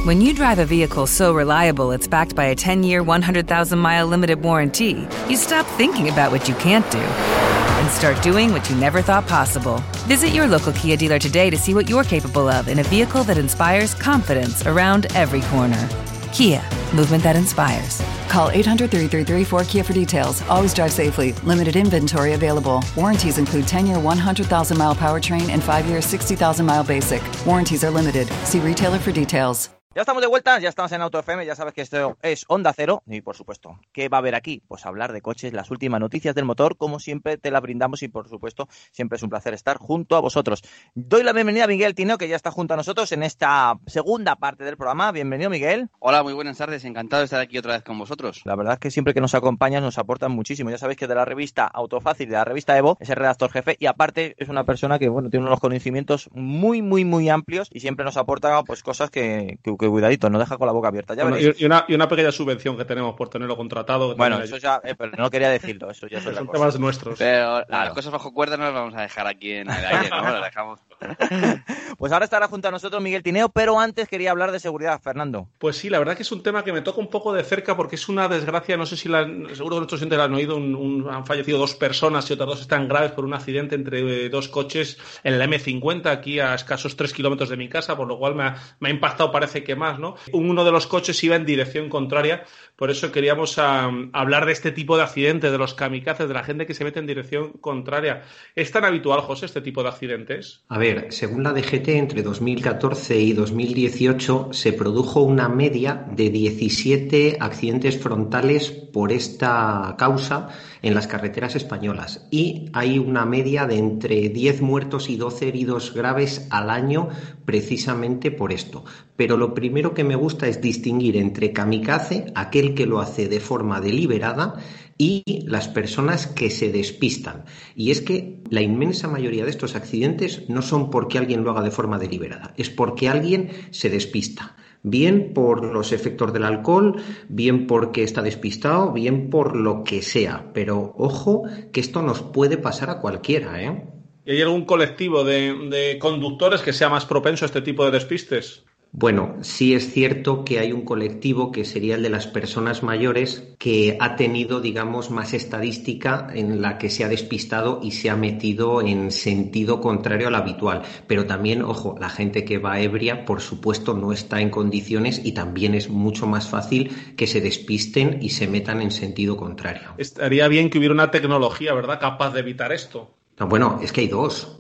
When you drive a vehicle so reliable it's backed by a 10-year, 100,000-mile limited warranty, you stop thinking about what you can't do and start doing what you never thought possible. Visit your local Kia dealer today to see what you're capable of in a vehicle that inspires confidence around every corner. Kia, movement that inspires. Call 800-333-4KIA for details. Always drive safely. Limited inventory available. Warranties include 10-year 100,000-mile powertrain and 5-year 60,000-mile basic. Warranties are limited. See retailer for details. Ya estamos de vuelta, ya estamos en Auto FM, ya sabes que esto es Onda Cero y por supuesto, ¿qué va a haber aquí? Pues hablar de coches, las últimas noticias del motor, como siempre te la brindamos y por supuesto siempre es un placer estar junto a vosotros. Doy la bienvenida a Miguel Tineo, que ya está junto a nosotros en esta segunda parte del programa. Bienvenido, Miguel. Hola, muy buenas tardes, encantado de estar aquí otra vez con vosotros. La verdad es que siempre que nos acompañas nos aportan muchísimo. Ya sabéis que de la revista Autofácil y de la revista Evo es el redactor jefe y aparte es una persona que bueno tiene unos conocimientos muy amplios y siempre nos aporta pues cosas que cuidadito, nos deja con la boca abierta. Ya veréis. Y una pequeña subvención que tenemos por tenerlo contratado. Bueno, eso ya, pero no quería decirlo, eso ya son temas nuestros. Pero las cosas bajo cuerda no las vamos a dejar aquí en el aire, ¿no? Las dejamos. Pues ahora estará junto a nosotros Miguel Tineo, pero antes quería hablar de seguridad, Fernando. Pues sí, la verdad que es un tema que me toca un poco de cerca porque es una desgracia, no sé si seguro que nuestros oyentes la han oído, han fallecido 2 personas y otras 2 están graves por un accidente entre 2 coches en la M50 aquí a escasos 3 kilómetros de mi casa, por lo cual me ha impactado, parece que más, ¿no? Uno de los coches iba en dirección contraria, por eso queríamos hablar de este tipo de accidentes, de los kamikazes, de la gente que se mete en dirección contraria. ¿Es tan habitual, José, este tipo de accidentes? A ver, según la DGT, entre 2014 y 2018 se produjo una media de 17 accidentes frontales por esta causa en las carreteras españolas y hay una media de entre 10 muertos y 12 heridos graves al año precisamente por esto. Pero lo primero que me gusta es distinguir entre kamikaze, aquel que lo hace de forma deliberada, y las personas que se despistan. Y es que la inmensa mayoría de estos accidentes no son porque alguien lo haga de forma deliberada, es porque alguien se despista. Bien por los efectos del alcohol, bien porque está despistado, bien por lo que sea. Pero ojo que esto nos puede pasar a cualquiera, ¿eh? ¿Y hay algún colectivo de conductores que sea más propenso a este tipo de despistes? Bueno, sí es cierto que hay un colectivo que sería el de las personas mayores que ha tenido, digamos, más estadística en la que se ha despistado y se ha metido en sentido contrario al habitual. Pero también, ojo, la gente que va ebria, por supuesto, no está en condiciones y también es mucho más fácil que se despisten y se metan en sentido contrario. Estaría bien que hubiera una tecnología, ¿verdad?, capaz de evitar esto. No, bueno, es que hay dos.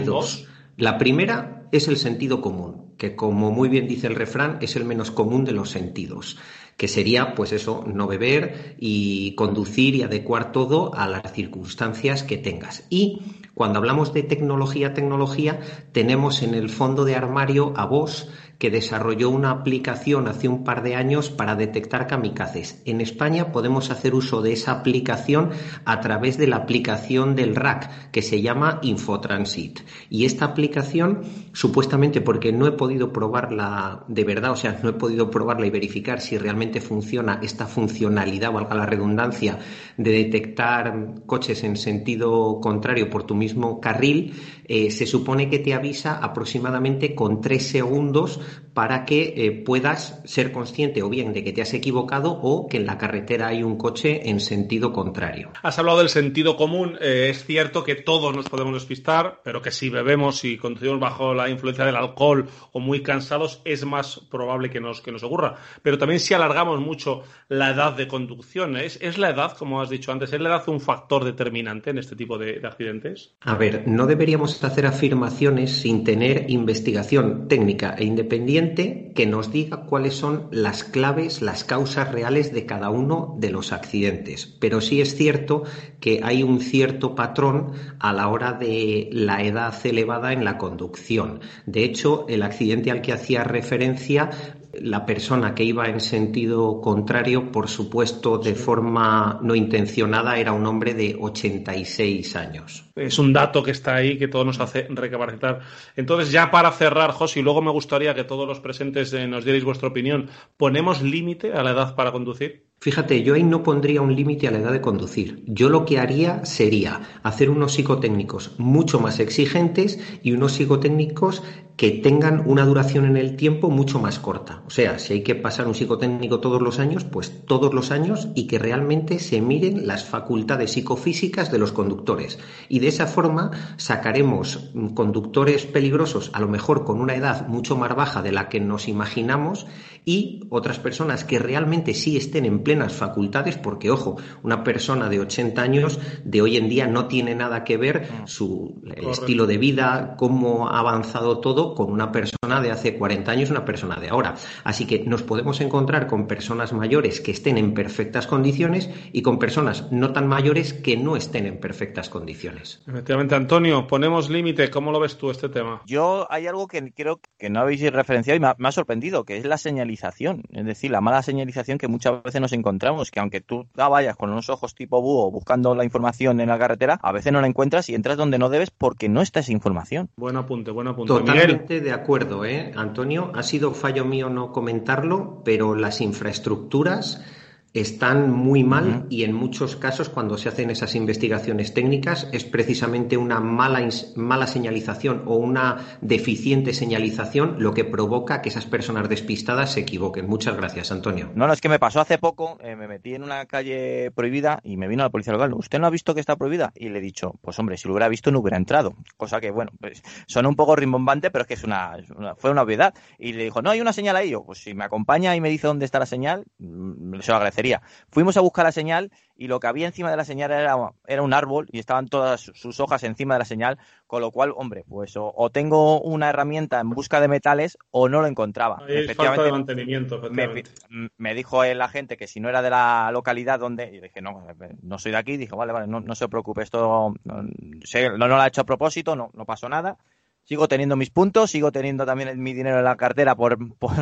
La primera es el sentido común, que como muy bien dice el refrán, es el menos común de los sentidos, que sería, pues eso, no beber y conducir y adecuar todo a las circunstancias que tengas. Y cuando hablamos de tecnología, tenemos en el fondo de armario a Bosch, que desarrolló una aplicación hace un par de años para detectar kamikazes. En España podemos hacer uso de esa aplicación a través de la aplicación del RAC, que se llama Infotransit. Y esta aplicación, supuestamente porque no he podido probarla de verdad, o sea, no he podido probarla y verificar si realmente funciona esta funcionalidad, valga la redundancia, de detectar coches en sentido contrario por tu mismo carril, se supone que te avisa aproximadamente con 3 segundos para que puedas ser consciente o bien de que te has equivocado o que en la carretera hay un coche en sentido contrario. Has hablado del sentido común. Es cierto que todos nos podemos despistar, pero que si bebemos y conducimos bajo la influencia del alcohol o muy cansados es más probable que nos ocurra. Pero también si alargamos mucho la edad de conducción, ¿es la edad, como has dicho antes, es la edad un factor determinante en este tipo de accidentes? A ver, no deberíamos hacer afirmaciones sin tener investigación técnica e independiente que nos diga cuáles son las claves, las causas reales de cada uno de los accidentes. Pero sí es cierto que hay un cierto patrón a la hora de la edad elevada en la conducción. De hecho, el accidente al que hacía referencia, la persona que iba en sentido contrario, por supuesto, de forma no intencionada, era un hombre de 86 años. Es un dato que está ahí que todo nos hace recapacitar. Entonces, ya para cerrar, José, y luego me gustaría que todos los presentes nos dierais vuestra opinión, ¿ponemos límite a la edad para conducir? Fíjate, yo ahí no pondría un límite a la edad de conducir. Yo lo que haría sería hacer unos psicotécnicos mucho más exigentes y unos psicotécnicos que tengan una duración en el tiempo mucho más corta. O sea, si hay que pasar un psicotécnico todos los años, pues todos los años, y que realmente se miren las facultades psicofísicas de los conductores. Y de esa forma sacaremos conductores peligrosos, a lo mejor con una edad mucho más baja de la que nos imaginamos, y otras personas que realmente sí estén en plenas facultades, porque, ojo, una persona de 80 años de hoy en día no tiene nada que ver el estilo de vida, cómo ha avanzado todo, con una persona de hace 40 años, una persona de ahora. Así que nos podemos encontrar con personas mayores que estén en perfectas condiciones y con personas no tan mayores que no estén en perfectas condiciones. Efectivamente, Antonio, ponemos límite. ¿Cómo lo ves tú este tema? Yo hay algo que creo que no habéis referenciado y me ha sorprendido, que es la señalización. Es decir, la mala señalización que muchas veces nos encontramos, que aunque tú vayas con unos ojos tipo búho buscando la información en la carretera, a veces no la encuentras y entras donde no debes porque no está esa información. Buen apunte. Totalmente de acuerdo, Antonio. Ha sido fallo mío no comentarlo, pero las infraestructuras están muy mal y en muchos casos cuando se hacen esas investigaciones técnicas es precisamente una mala señalización o una deficiente señalización lo que provoca que esas personas despistadas se equivoquen. Muchas gracias, Antonio. No, es que me pasó hace poco, me metí en una calle prohibida y me vino la policía local. ¿Usted no ha visto que está prohibida? Y le he dicho, pues hombre, si lo hubiera visto no hubiera entrado. Cosa que, bueno, pues suena un poco rimbombante, pero es que fue una obviedad. Y le dijo, no, hay una señal ahí. Yo, pues si me acompaña y me dice dónde está la señal, se lo agradecería. Fuimos a buscar la señal y lo que había encima de la señal era un árbol y estaban todas sus hojas encima de la señal, con lo cual, hombre, pues o tengo una herramienta en busca de metales o no lo encontraba. Hay falta de mantenimiento, efectivamente. Me dijo el agente que si no era de la localidad donde... Y dije, no soy de aquí. Dijo, vale, no se preocupe, esto no lo ha hecho a propósito, no pasó nada. Sigo teniendo mis puntos, sigo teniendo también mi dinero en la cartera por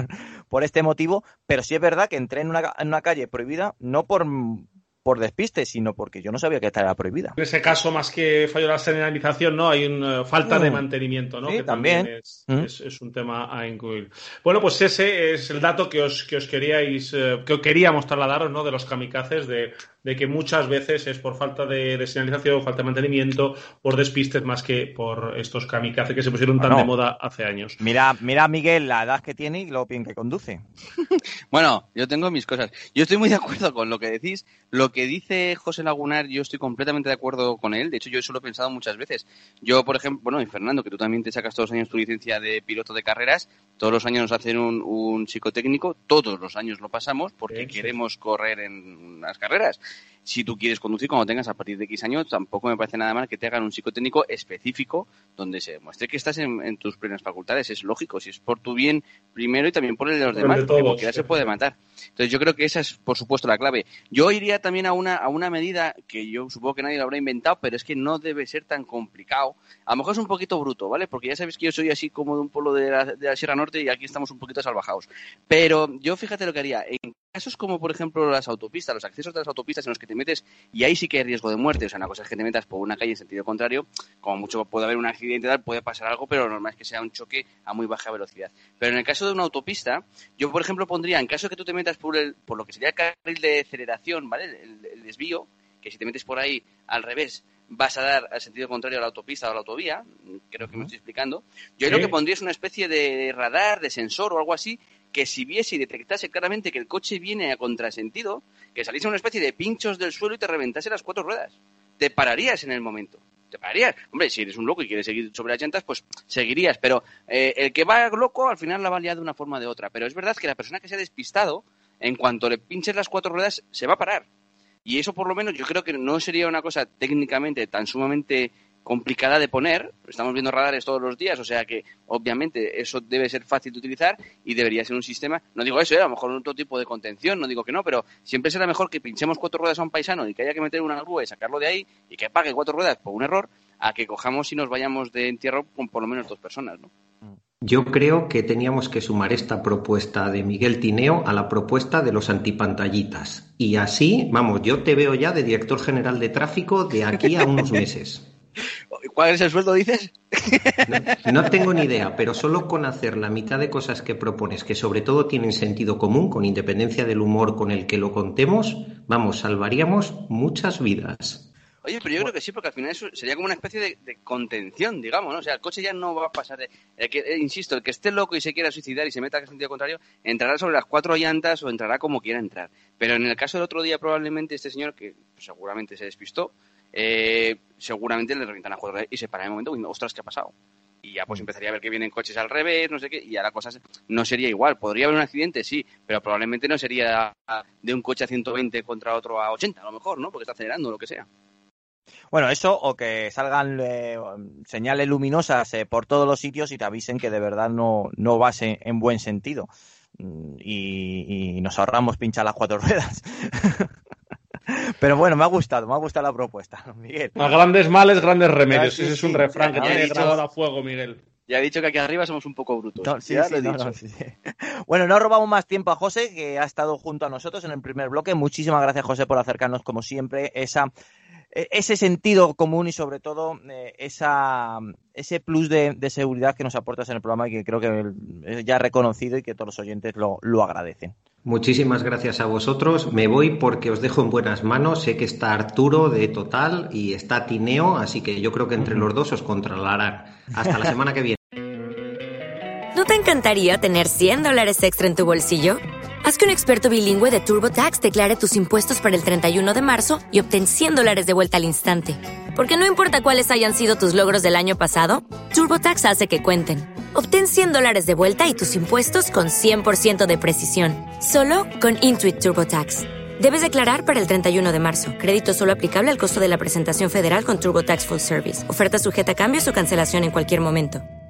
este motivo, pero sí es verdad que entré en una calle prohibida, no por despiste, sino porque yo no sabía que esta era prohibida. En ese caso, más que fallo de la señalización, ¿no? Hay una falta de mantenimiento, ¿no? Sí, que también es un tema a incluir. Bueno, pues ese es el dato que os queríamos trasladaros, ¿no? De los kamikazes, de que muchas veces es por falta de señalización, falta de mantenimiento, por despistes más que por estos kamikazes que se pusieron tan de moda hace años. Mira a Miguel la edad que tiene y lo bien que conduce. Bueno, yo tengo mis cosas. Yo estoy muy de acuerdo con lo que decís. Lo que dice José Lagunar, yo estoy completamente de acuerdo con él. De hecho, yo eso lo he pensado muchas veces. Yo, por ejemplo, y Fernando, que tú también te sacas todos los años tu licencia de piloto de carreras, todos los años nos hacen un psicotécnico, todos los años lo pasamos porque queremos correr en las carreras. Si tú quieres conducir cuando tengas a partir de X años, tampoco me parece nada mal que te hagan un psicotécnico específico donde se demuestre que estás en tus plenas facultades. Es lógico, si es por tu bien primero y también por el de los demás, porque cualquiera se puede matar. Entonces yo creo que esa es, por supuesto, la clave. Yo iría también a una medida que yo supongo que nadie lo habrá inventado, pero es que no debe ser tan complicado. A lo mejor es un poquito bruto, ¿vale? Porque ya sabéis que yo soy así como de un pueblo de la Sierra Norte y aquí estamos un poquito salvajados. Pero yo fíjate lo que haría. En casos como, por ejemplo, las autopistas, los accesos de las autopistas en los que te metes y ahí sí que hay riesgo de muerte. O sea, una cosa es que te metas por una calle en sentido contrario, como mucho puede haber un accidente, puede pasar algo, pero lo normal es que sea un choque a muy baja velocidad. Pero en el caso de una autopista, yo, por ejemplo, pondría, en caso de que tú te metas por lo que sería el carril de aceleración, ¿vale? El desvío, que si te metes por ahí al revés, vas a dar al sentido contrario a la autopista o a la autovía, creo que me estoy explicando. Yo lo que pondría es una especie de radar, de sensor o algo así, que si viese y detectase claramente que el coche viene a contrasentido, que saliese una especie de pinchos del suelo y te reventase las 4 ruedas. Te pararías en el momento. Te pararías. Hombre, si eres un loco y quieres seguir sobre las llantas, pues seguirías. Pero el que va loco al final la va a liar de una forma o de otra. Pero es verdad que la persona que se ha despistado, en cuanto le pinches las 4 ruedas, se va a parar. Y eso por lo menos yo creo que no sería una cosa técnicamente tan sumamente complicada de poner. Estamos viendo radares todos los días, o sea que obviamente eso debe ser fácil de utilizar y debería ser un sistema, no digo eso, a lo mejor otro tipo de contención, no digo que no, pero siempre será mejor que pinchemos 4 ruedas a un paisano y que haya que meter una grúa y sacarlo de ahí y que pague 4 ruedas por un error, a que cojamos y nos vayamos de entierro con por lo menos 2 personas, ¿no? Yo creo que teníamos que sumar esta propuesta de Miguel Tineo a la propuesta de los antipantallitas. Y así, vamos, yo te veo ya de director general de tráfico de aquí a unos meses. ¿Cuál es el sueldo, dices? No tengo ni idea, pero solo con hacer la mitad de cosas que propones, que sobre todo tienen sentido común, con independencia del humor con el que lo contemos, vamos, salvaríamos muchas vidas. Oye, pero yo creo que sí, porque al final eso sería como una especie de contención, digamos, ¿no? O sea, el coche ya no va a pasar de... insisto, el que esté loco y se quiera suicidar y se meta en sentido contrario, entrará sobre las 4 llantas o entrará como quiera entrar. Pero en el caso del otro día, probablemente este señor, que seguramente se despistó, seguramente le revientan a 4 y se para en el momento diciendo, ostras, ¿qué ha pasado? Y ya pues empezaría a ver que vienen coches al revés, no sé qué, y ya la cosa no sería igual. ¿Podría haber un accidente? Sí, pero probablemente no sería de un coche a 120 contra otro a 80, a lo mejor, ¿no? Porque está acelerando o lo que sea. Bueno, eso o que salgan señales luminosas por todos los sitios y te avisen que de verdad no vas en buen sentido. Y nos ahorramos pinchar las 4 ruedas. Pero bueno, me ha gustado la propuesta, Miguel. A grandes males, grandes remedios. Ese es un refrán que tiene grabado a fuego, Miguel. Ya he dicho que aquí arriba somos un poco brutos. No, sí. Bueno, no robamos más tiempo a José, que ha estado junto a nosotros en el primer bloque. Muchísimas gracias, José, por acercarnos, como siempre, ese sentido común y sobre todo ese plus de seguridad que nos aportas en el programa y que creo que ya reconocido y que todos los oyentes lo agradecen. Muchísimas gracias a vosotros. Me voy porque os dejo en buenas manos. Sé que está Arturo de Total y está Tineo, así que yo creo que entre los dos os controlarán. Hasta la semana que viene. ¿No te encantaría tener $100 extra en tu bolsillo? Haz que un experto bilingüe de TurboTax declare tus impuestos para el 31 de marzo y obtén $100 de vuelta al instante. Porque no importa cuáles hayan sido tus logros del año pasado, TurboTax hace que cuenten. Obtén $100 de vuelta y tus impuestos con 100% de precisión. Solo con Intuit TurboTax. Debes declarar para el 31 de marzo. Crédito solo aplicable al costo de la presentación federal con TurboTax Full Service. Oferta sujeta a cambios o cancelación en cualquier momento.